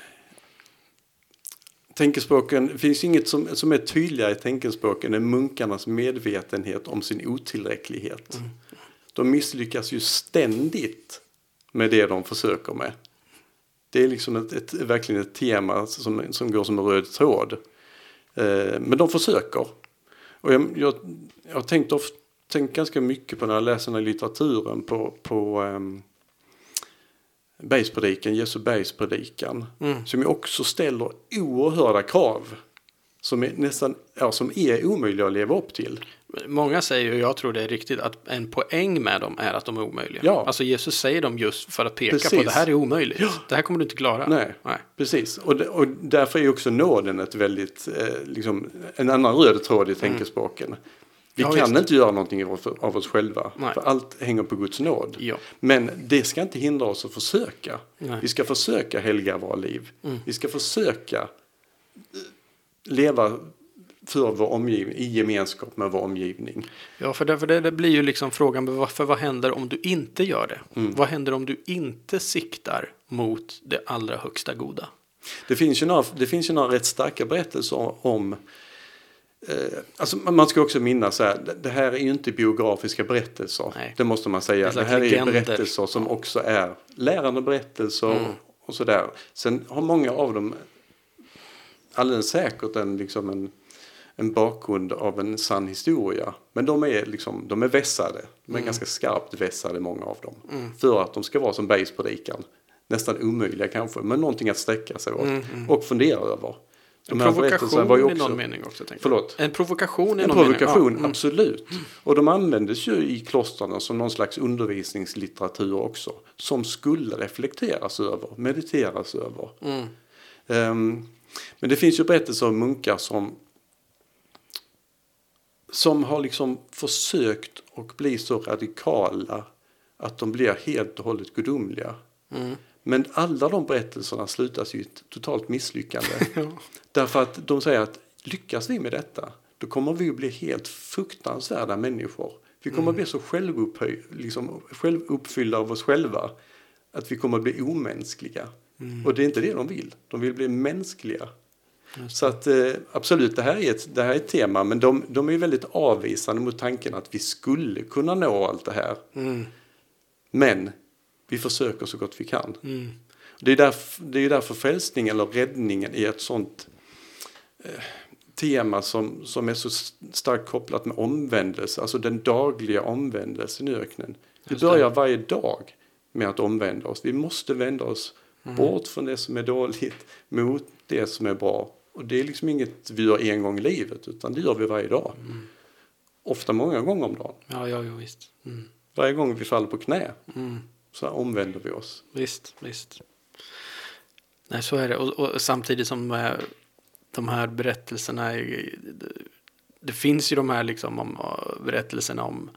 tänkenspråken, det finns inget som, som är tydligare i tänkenspråken än munkarnas medvetenhet om sin otillräcklighet. Mm. De misslyckas ju ständigt med det de försöker med. Det är liksom ett, ett, verkligen ett tema som, som går som en röd tråd. Eh, men de försöker. Och jag, jag, jag har tänkt, ofta, tänkt ganska mycket på när jag läser den här litteraturen på, på um, bergspredikan, Jesu bergspredikan. Mm. Som ju också ställer oerhörda krav. Som är nästan ja, som är omöjliga att leva upp till. Många säger, och jag tror det är riktigt, att en poäng med dem är att de är omöjliga. Ja. Alltså Jesus säger dem just för att peka Precis. på att det här är omöjligt. Ja. Det här kommer du inte klara. Nej, Nej. Precis. Och, det, och därför är också nåden ett väldigt, eh, liksom, en annan röd tråd i tänkerspråken. Mm. Vi ja, kan visst. inte göra någonting av, av oss själva. Nej. För allt hänger på Guds nåd. Ja. Men det ska inte hindra oss att försöka. Nej. Vi ska försöka helga våra liv. Mm. Vi ska försöka leva för vår omgivning, i gemenskap med vår omgivning. Ja, för, det, för det, det blir ju liksom frågan, varför, vad händer om du inte gör det? Mm. Vad händer om du inte siktar mot det allra högsta goda? Det finns ju några, det finns ju några rätt starka berättelser om eh, alltså man ska också minnas så här, det här är ju inte biografiska berättelser. Nej. Det måste man säga. Det här legender. Är berättelser som också är lärande berättelser mm. och sådär. Sen har många av dem alldeles säkert en, liksom en, en bakgrund av en sann historia. Men de är, liksom, de är vässade. De är mm. ganska skarpt vässade, många av dem. Mm. För att de ska vara som bergspredikan. Nästan omöjliga kanske, men någonting att sträcka sig åt. Mm, mm. Och fundera över. De en provokation var ju också, i någon mening också. Förlåt? En provokation i en någon provokation, mening. Ja. Absolut. Mm. Och de användes ju i klostrarna som någon slags undervisningslitteratur också. Som skulle reflekteras över, mediteras över. Mm. Um, men det finns ju berättelser om munkar som som har liksom försökt att bli så radikala att de blir helt och hållet gudomliga. Mm. Men alla de berättelserna slutas ju ett totalt misslyckande. Ja. Därför att de säger att lyckas vi med detta, då kommer vi att bli helt fruktansvärda människor. Vi kommer mm. att bli så självupphöj, liksom, självuppfyllda av oss själva att vi kommer att bli omänskliga. Mm. Och det är inte det de vill. De vill bli mänskliga. Så att eh, absolut, det här är ett, det här är ett tema, men de, de är väldigt avvisande mot tanken att vi skulle kunna nå allt det här. Mm. Men vi försöker så gott vi kan. Mm. Det är därför, det är därför frälsningen eller räddningen är ett sånt eh, tema som, som är så starkt kopplat med omvändelse, alltså den dagliga omvändelsen i öknen. Vi börjar varje dag med att omvända oss. Vi måste vända oss mm. bort från det som är dåligt mot det som är bra. Och det är liksom inget vi gör en gång i livet, utan det gör vi varje dag. Mm. Ofta många gånger om dagen. Ja, ja, ja visst. Mm. Varje gång vi faller på knä mm. så omvänder vi oss. Visst, visst. Nej, så är det. Och, och samtidigt som eh, de här berättelserna, är, det, det finns ju de här liksom om, berättelserna om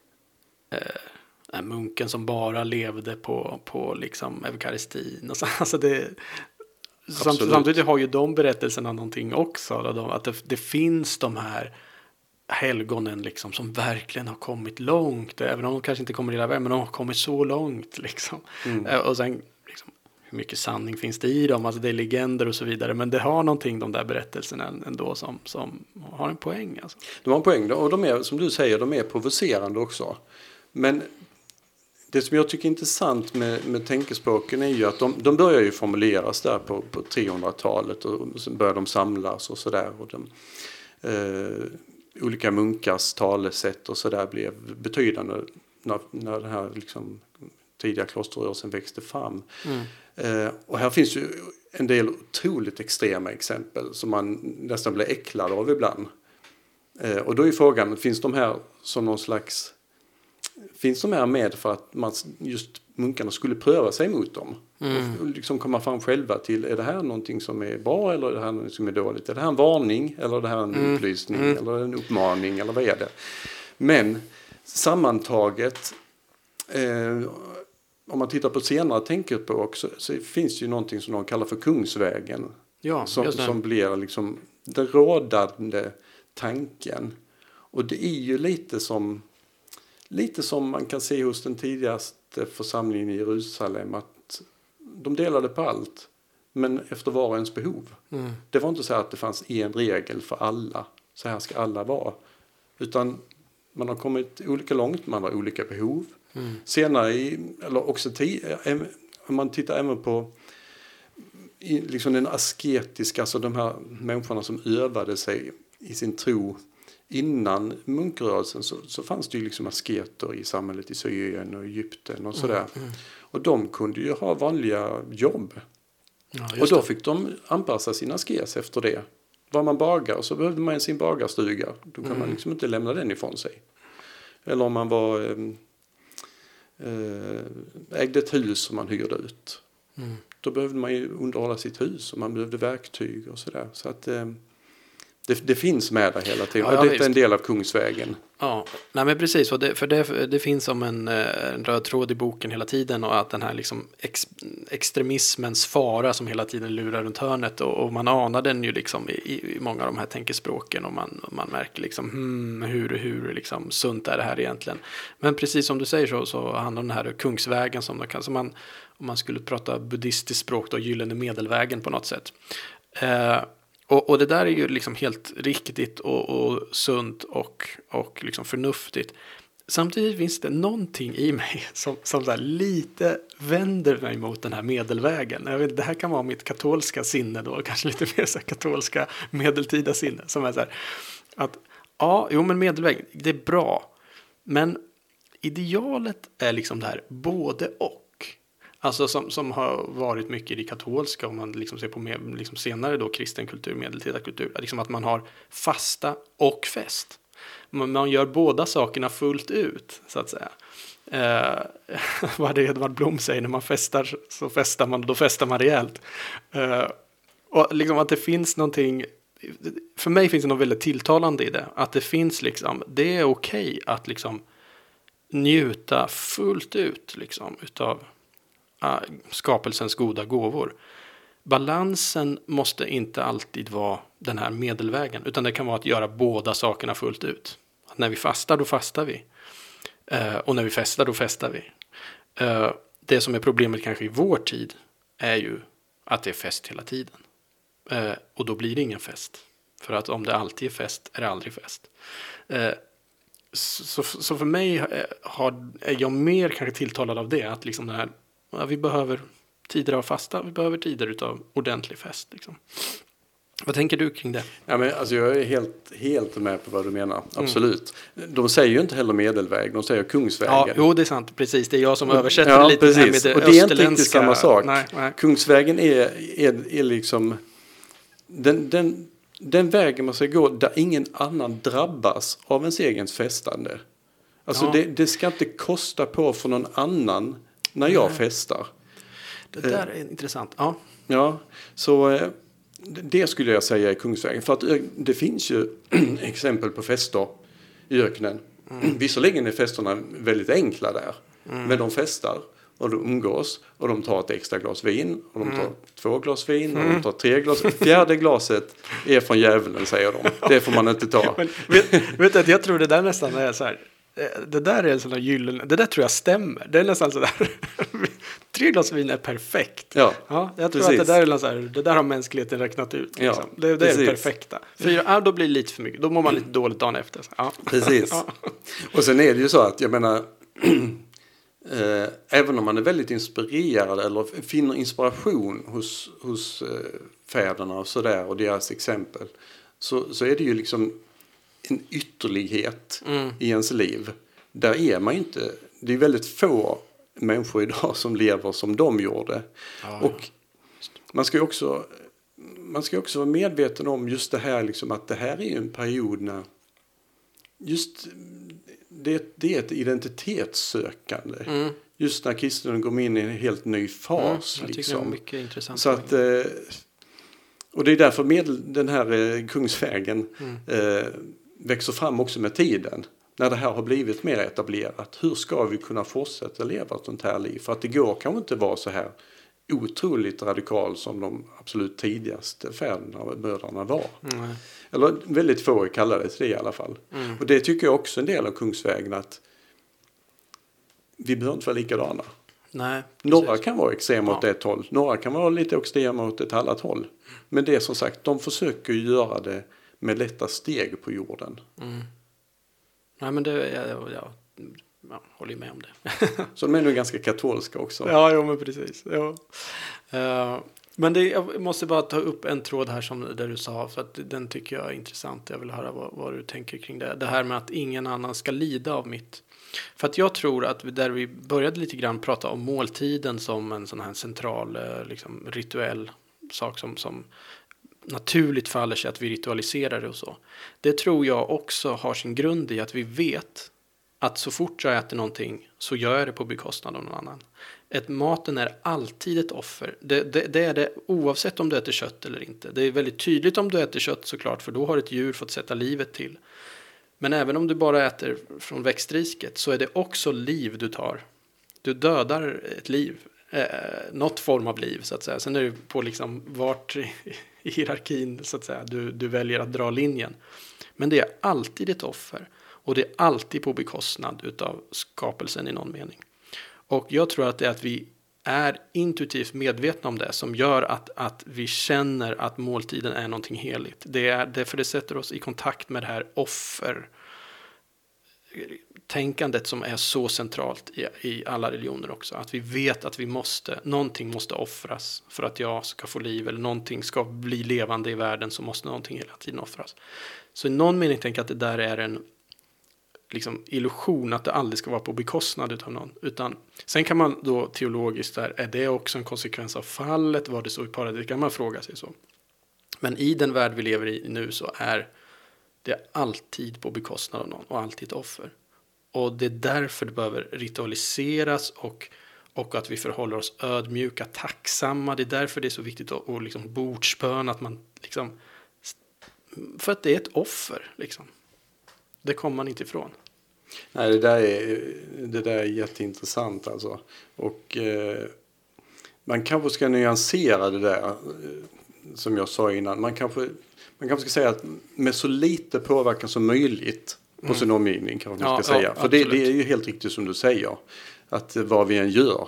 eh, munken som bara levde på, på liksom eukaristin. Och så, alltså det, samtidigt, samtidigt har ju de berättelserna någonting också. Då, att det, det finns de här helgonen liksom, som verkligen har kommit långt. Även om de kanske inte kommer hela vägen, men de har kommit så långt. Liksom. Mm. Och sen liksom, hur mycket sanning finns det i dem? Alltså det är legender och så vidare. Men det har någonting, de där berättelserna ändå, som, som har en poäng. Alltså. De har en poäng, och de är, som du säger, de är provocerande också. Men det som jag tycker är intressant med, med tänkespråken är ju att de, de börjar ju formuleras där på, på trehundratalet, och sen börjar de samlas och sådär. Och de, eh, olika munkars talesätt och sådär blev betydande när, när den här liksom, tidiga klosterrörelsen växte fram. Mm. Eh, och här finns ju en del otroligt extrema exempel som man nästan blir äcklad av ibland. Eh, och då är frågan, finns de här som någon slags... Finns de här med för att man, just munkarna skulle pröva sig mot dem? Mm. Och liksom komma fram själva till, är det här någonting som är bra eller är det här någonting som är dåligt? Är det här en varning eller är det här en mm. upplysning mm. eller en uppmaning eller vad är det? Men sammantaget, eh, om man tittar på senare tänkespråk så, så finns det ju någonting som de kallar för kungsvägen. Ja, som, som blir liksom den rådande tanken. Och det är ju lite som... Lite som man kan se hos den tidigaste församlingen i Jerusalem, att de delade på allt, men efter var och ens behov. Mm. Det var inte så att det fanns en regel för alla, så här ska alla vara. Utan man har kommit olika långt, man har olika behov. Mm. Senare, i, eller också tidigare, om man tittar även på i, liksom den asketiska, alltså de här människorna som övade sig i sin tro. Innan munkrörelsen så, så fanns det ju liksom asketer i samhället i Syrien och Egypten och sådär. Mm, mm. Och de kunde ju ha vanliga jobb. Ja, och då det. Fick de anpassa sin askes efter det. Var man bagare så behövde man sin bagarstuga. Då kan mm. man liksom inte lämna den ifrån sig. Eller om man var äh, ägde ett hus som man hyrde ut. Mm. Då behövde man ju underhålla sitt hus och man behövde verktyg och sådär. Så att... Äh, Det, det finns med där hela tiden. Ja, ja, det är en del av kungsvägen. Ja, nej men precis. Och det, för det, det finns som en, en röd tråd i boken hela tiden. Och att den här liksom ex, extremismens fara som hela tiden lurar runt hörnet. Och, och man anar den ju liksom i, i många av de här tänkespråken. Och man, man märker liksom hmm, hur, hur liksom sunt är det här egentligen. Men precis som du säger så, så handlar den här kungsvägen som, kan, som man, om man skulle prata buddhistiskt språk då, gyllene medelvägen på något sätt. Eh, Och, och det där är ju liksom helt riktigt och, och sunt och, och liksom förnuftigt. Samtidigt finns det någonting i mig som, som så här lite vänder mig mot den här medelvägen. Jag vet, det här kan vara mitt katolska sinne då, kanske lite mer så här katolska medeltida sinne. Som är så här, att ja, jo men medelvägen, det är bra. Men idealet är liksom det här både och. Alltså som, som har varit mycket i det katolska, om man liksom ser på med, liksom senare då kristen kultur, medeltida kultur, liksom att man har fasta och fest. Man, man gör båda sakerna fullt ut, så att säga. Eh, vad det Edvard Blom säger, när man festar så festar man, då festar man rejält. Eh, och liksom att det finns någonting, för mig finns det något väldigt tilltalande i det, att det finns liksom, det är okej att liksom njuta fullt ut liksom utav skapelsens goda gåvor. Balansen måste inte alltid vara den här medelvägen, utan det kan vara att göra båda sakerna fullt ut. Att när vi fastar, då fastar vi. Uh, och när vi festar, då festar vi. Uh, det som är problemet kanske i vår tid är ju att det är fest hela tiden. Uh, och då blir det ingen fest. För att om det alltid är fest, är det aldrig fest. Uh, så, så för mig har, är jag mer kanske tilltalad av det, att liksom den här, ja, vi behöver tider av fasta, vi behöver tider utav ordentlig fest. Liksom. Vad tänker du kring det? Ja, men, alltså, jag är helt, helt med på vad du menar, absolut. Mm. De säger ju inte heller medelväg, de säger Kungsvägen. Ja, jo, det är sant, precis. Det är jag som och, översätter ja, lite precis. med det och det är inte österländska. riktigt samma sak. Nej, nej. Kungsvägen är, är, är liksom den, den, den vägen man ska gå där ingen annan drabbas av ens egen festande. Alltså ja. det, det ska inte kosta på för någon annan när jag nej. festar. Det där är intressant. Ja, ja så det skulle jag säga är Kungsvägen. För att det finns ju exempel på fester i öknen. Mm. Visserligen är festerna väldigt enkla där. Mm. Men de festar och de umgås och de tar ett extra glas vin och de tar mm. två glas vin och mm. de tar tre glas. Fjärde glaset är från djävulen, säger de. Det får man inte ta. Men, vet, vet du, jag tror det där nästan är så här. Det där är en sån här gyllene, det där tror jag stämmer. Det är nästan så där. Tre glas vin är perfekt. Ja, ja jag tror precis. Att det där är så här, det där har mänskligheten räknat ut. Liksom. Ja, det, det är det perfekta. Fyra, ja, då blir det lite för mycket. Då mår man lite dåligt dagen efter. Ja. Precis. Ja. Och sen är det ju så att jag menar eh, även om man är väldigt inspirerad eller finner inspiration hos, hos eh, fäderna och sådär och deras exempel så, så är det ju liksom en ytterlighet mm. i ens liv. Där är man inte, det är väldigt få människor idag som lever som de gjorde. Ja, och man ska ju också man ska också vara medveten om just det här liksom att det här är en period när just det, det är ett identitetssökande. Mm. Just när kristendomen går in i en helt ny fas. Mm, jag liksom. Det är mycket intressant. Så att, och det är därför med den här Kungsvägen mm. eh, växer fram också med tiden. När det här har blivit mer etablerat. Hur ska vi kunna fortsätta leva ett sånt här liv? För att det går kanske inte vara så här otroligt radikal som de absolut tidigaste fäderna och mödrarna var. Mm. Eller väldigt få kallade det till det i alla fall. Mm. Och det tycker jag också en del av Kungsvägen att vi behöver inte vara likadana. Nej, några kan vara extrema åt ja. ett håll. Några kan vara lite extrema åt ett annat håll. Men det är som sagt, de försöker göra det med lätta steg på jorden. Mm. Nej, men det, jag, jag, jag, jag håller med om det. Så de är nog ganska katolska också. Ja, jo, men precis. Ja. Uh, men det, jag måste bara ta upp en tråd här som där du sa, för att den tycker jag är intressant. Jag vill höra vad, vad du tänker kring det. Det här med att ingen annan ska lida av mitt. För att jag tror att där vi började lite grann prata om måltiden som en sån här central liksom, rituell sak som, som naturligt faller sig att vi ritualiserar det och så. Det tror jag också har sin grund i att vi vet att så fort jag äter någonting så gör jag det på bekostnad av någon annan. Ett maten är alltid ett offer. Det, det, det är det oavsett om du äter kött eller inte. Det är väldigt tydligt om du äter kött såklart, för då har ett djur fått sätta livet till. Men även om du bara äter från växtriket så är det också liv du tar. Du dödar ett liv. Eh, något form av liv så att säga. Sen är det på liksom vart i hierarkin så att säga du, du väljer att dra linjen. Men det är alltid ett offer. Och det är alltid på bekostnad utav skapelsen i någon mening. Och jag tror att det är att vi är intuitivt medvetna om det som gör att, att vi känner att måltiden är någonting heligt. Det är därför det sätter oss i kontakt med det här offer tänkandet som är så centralt i, i alla religioner också. Att vi vet att vi måste, någonting måste offras för att jag ska få liv, eller någonting ska bli levande i världen, så måste någonting hela tiden offras. Så i någon mening tänker jag att det där är en liksom illusion att det aldrig ska vara på bekostnad utav någon. Utan, sen kan man då teologiskt där, är det också en konsekvens av fallet? Var det så i paradis? Kan man fråga sig så. Men i den värld vi lever i nu så är det alltid på bekostnad av någon och alltid ett offer. Och det är därför det behöver ritualiseras och, och att vi förhåller oss ödmjuka, tacksamma. Det är därför det är så viktigt att och liksom bordsbön, att man liksom, för att det är ett offer liksom. Det kommer man inte ifrån. Nej, det där är, det där är jätteintressant alltså. Och eh, man kanske ska nyansera det där eh, som jag sa innan. Man kanske, man kanske ska säga att med så lite påverkan som möjligt på mm. sin omgivning kanske man ska ja, säga. Ja, för det, det är ju helt riktigt som du säger. Att vad vi än gör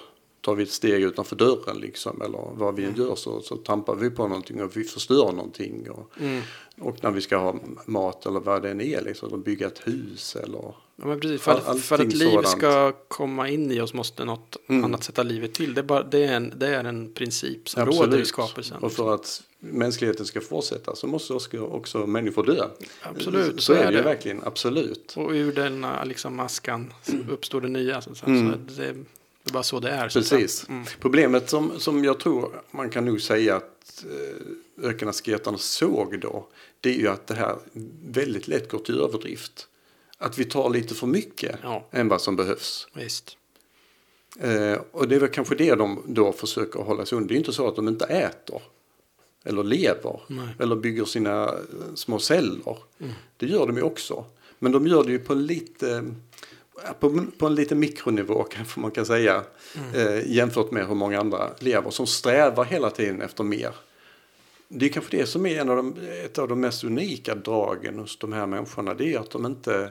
tar vi ett steg utanför dörren liksom, eller vad vi än gör så, så trampar vi på någonting och vi förstör någonting. Och, mm. och när vi ska ha mat eller vad det än är, liksom, att bygga ett hus eller... Ja, men precis. För, all, för att liv sådant. Ska komma in i oss måste något mm. annat sätta livet till. Det är, bara, det är, en, det är en princip som Absolut. råder i skapelsen. Och för att mänskligheten ska fortsätta så måste också, också människor dö. Absolut. Så, så är det ju verkligen, absolut. Och ur den liksom, askan mm. uppstår det nya. Så, så, mm. så det, det är bara så det är. Precis. Mm. Problemet som, som jag tror man kan nog säga att eh, ökenasketarna såg då, det är ju att det här väldigt lätt går till överdrift. Att vi tar lite för mycket ja. än vad som behövs. Visst. Eh, och det är väl kanske det de då försöker hålla sig under. Det är inte så att de inte äter. Eller lever. Nej. Eller bygger sina små celler. Mm. Det gör de ju också. Men de gör det ju på lite... På, på en lite mikronivå kanske man kan säga. Mm. Eh, jämfört med hur många andra lever. Som strävar hela tiden efter mer. Det är kanske det som är en av de, ett av de mest unika dragen hos de här människorna. Det är att de inte...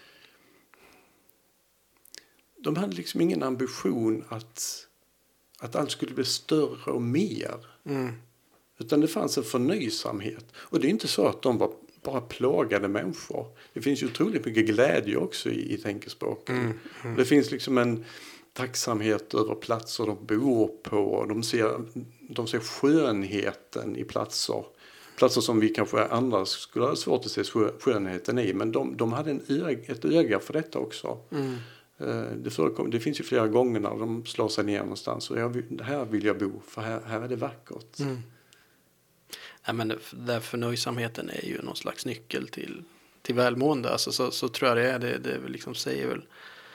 De hade liksom ingen ambition att, att allt skulle bli större och mer. Mm. Utan det fanns en förnöjsamhet. Och det är inte så att de var bara plågade människor. Det finns ju otroligt mycket glädje också i, i tänkespråken. Mm. Mm. Det finns liksom en tacksamhet över platser de bor på. De ser, de ser skönheten i platser. Platser som vi kanske andra skulle ha svårt att se skönheten i. Men de, de hade en öga, ett öga för detta också. Mm. Det, förekom, det finns ju flera gånger när de slår sig ner någonstans. Och jag, här vill jag bo, för här, här är det vackert. Mm. Nej, men där förnöjsamheten är ju någon slags nyckel till, till välmående. Alltså, så, så tror jag det är. Det, det liksom säger väl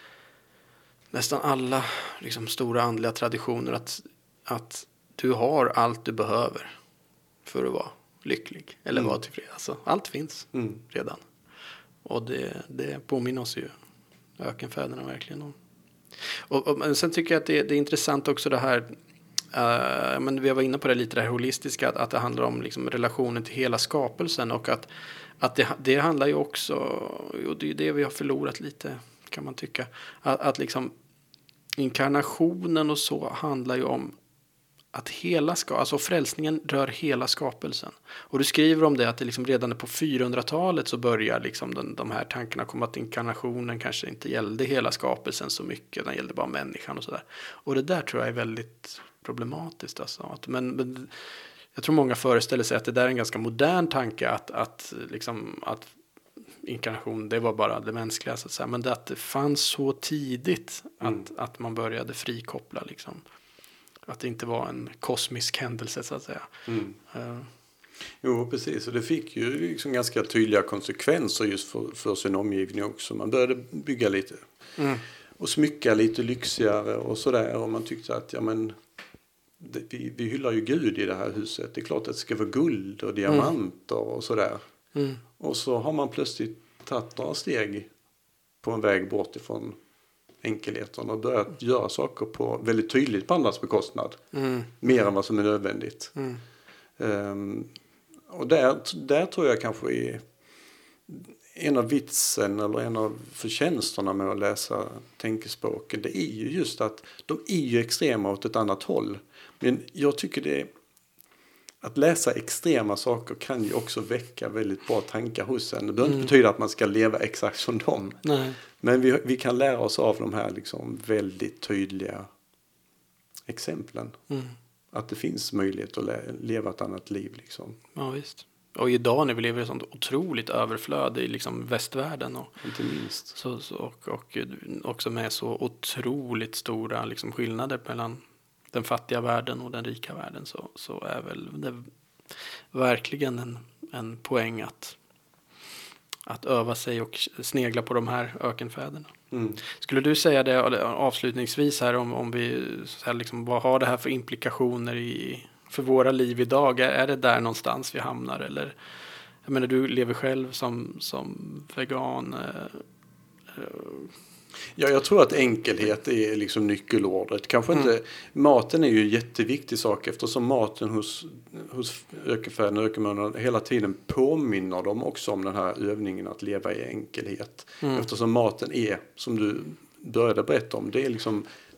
nästan alla liksom, stora andliga traditioner att, att du har allt du behöver för att vara lycklig. Eller mm. vara tillfreds. Alltså, allt finns mm. redan. Och det, det påminner oss ju ökenfäderna verkligen om. Och, och, men sen tycker jag att det, det är intressant också det här, uh, men vi var inne på det lite, det här holistiska, att, att det handlar om liksom relationen till hela skapelsen och att, att det, det handlar ju också, och det är det vi har förlorat lite kan man tycka, att, att liksom inkarnationen och så handlar ju om att hela ska, alltså frälsningen rör hela skapelsen. Och du skriver om det att det liksom redan på fyrahundratalet så börjar liksom den, de här tankarna komma att inkarnationen kanske inte gällde hela skapelsen så mycket, den gällde bara människan och sådär. Och det där tror jag är väldigt problematiskt alltså. Att, men, men jag tror många föreställer sig att det där är en ganska modern tanke att, att, liksom, att inkarnation det var bara det mänskliga så att säga. Men det att det fanns så tidigt att, mm. att man började frikoppla liksom. Att det inte var en kosmisk händelse så att säga. Mm. Uh. Jo, precis. Och det fick ju liksom ganska tydliga konsekvenser just för, för sin omgivning också. Man började bygga lite mm. och smycka lite lyxigare och sådär. Och man tyckte att ja, men, det, vi, vi hyllar ju Gud i det här huset. Det är klart att det ska vara guld och diamanter mm. och sådär. Mm. Och så har man plötsligt tagit några steg på en väg bort ifrån enkelheten och börjat göra saker på väldigt tydligt på andras bekostnad. Mm. Mer än vad som är nödvändigt. Mm. Um, och där, där tror jag kanske är en av vitsen eller en av förtjänsterna med att läsa tänkespråken. Det är ju just att de är ju extrema åt ett annat håll. Men jag tycker det är att läsa extrema saker kan ju också väcka väldigt bra tankar hos en. Det behöver mm. inte betyda att man ska leva exakt som dem. Nej. Men vi, vi kan lära oss av de här liksom väldigt tydliga exemplen. Mm. Att det finns möjlighet att le- leva ett annat liv. Liksom. Ja, visst. Och idag när vi lever i ett sånt otroligt överflöd i liksom västvärlden. Och, inte minst. Så, så, och, och också med så otroligt stora liksom, skillnader mellan den fattiga världen och den rika världen så, så är väl det verkligen en, en poäng att, att öva sig och snegla på de här ökenfäderna. Mm. Skulle du säga det avslutningsvis här om, om vi så här liksom, vad har det här för implikationer i, för våra liv idag? Är, är det där någonstans vi hamnar? Eller, jag menar, du lever själv som, som vegan. Eh, eh, Ja, jag tror att enkelhet är liksom nyckelordet. Kanske mm. inte, maten är ju en jätteviktig sak eftersom maten hos, hos ökenfäderna och ökenmänniskorna hela tiden påminner dem också om den här övningen att leva i enkelhet. Mm. Eftersom maten är, som du började berätta om, det är liksom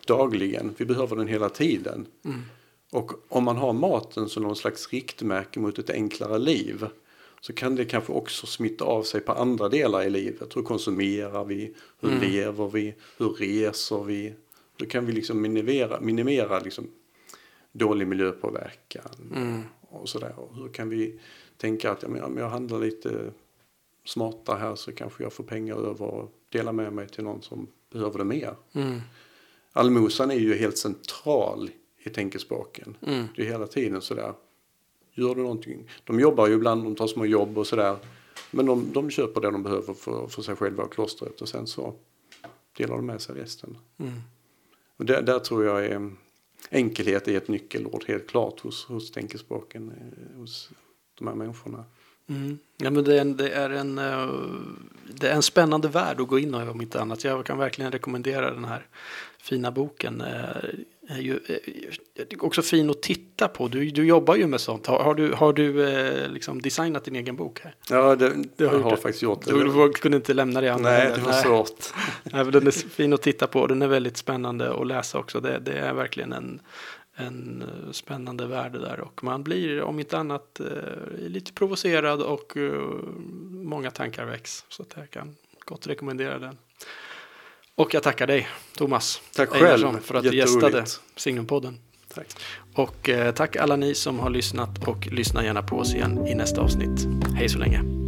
dagligen. Vi behöver den hela tiden. Mm. Och om man har maten som någon slags riktmärke mot ett enklare liv, så kan det kanske också smitta av sig på andra delar i livet. Hur konsumerar vi? Hur mm. lever vi? Hur reser vi? Då kan vi liksom minimera, minimera liksom dålig miljöpåverkan. Mm. Och sådär. Och hur kan vi tänka att ja, om jag handlar lite smartare här så kanske jag får pengar över och dela med mig till någon som behöver det mer. Mm. Allmosan är ju helt central i tänkespråken. Mm. Det är hela tiden sådär. Gör du någonting? De jobbar ju ibland, de tar små jobb och sådär. Men de, de köper det de behöver för, för sig själva och klostret. Och sen så delar de med sig resten. Mm. Och där, där tror jag är, enkelhet är ett nyckelord helt klart hos, hos tänkespråken. Hos de här människorna. Mm. Ja, men det är, en, det, är en, det är en spännande värld att gå in i om inte annat. Jag kan verkligen rekommendera den här fina boken. Är ju är också fin att titta på. Du, du jobbar ju med sånt. Har, har du, har du liksom designat din egen bok här? Ja, det, det har jag har faktiskt gjort det. Du, du kunde inte lämna det andra. Nej, det var Nej. svårt. Nej, den är fin att titta på. Den är väldigt spännande att läsa också. Det, det är verkligen en en spännande värld där, och man blir om inte annat eh, lite provocerad och eh, många tankar väcks, så att jag kan gott rekommendera den. Och jag tackar dig, Thomas. Tack själv för att du gästade Signumpodden. Tack. Och eh, tack alla ni som har lyssnat, och lyssna gärna på oss igen i nästa avsnitt. Hej så länge.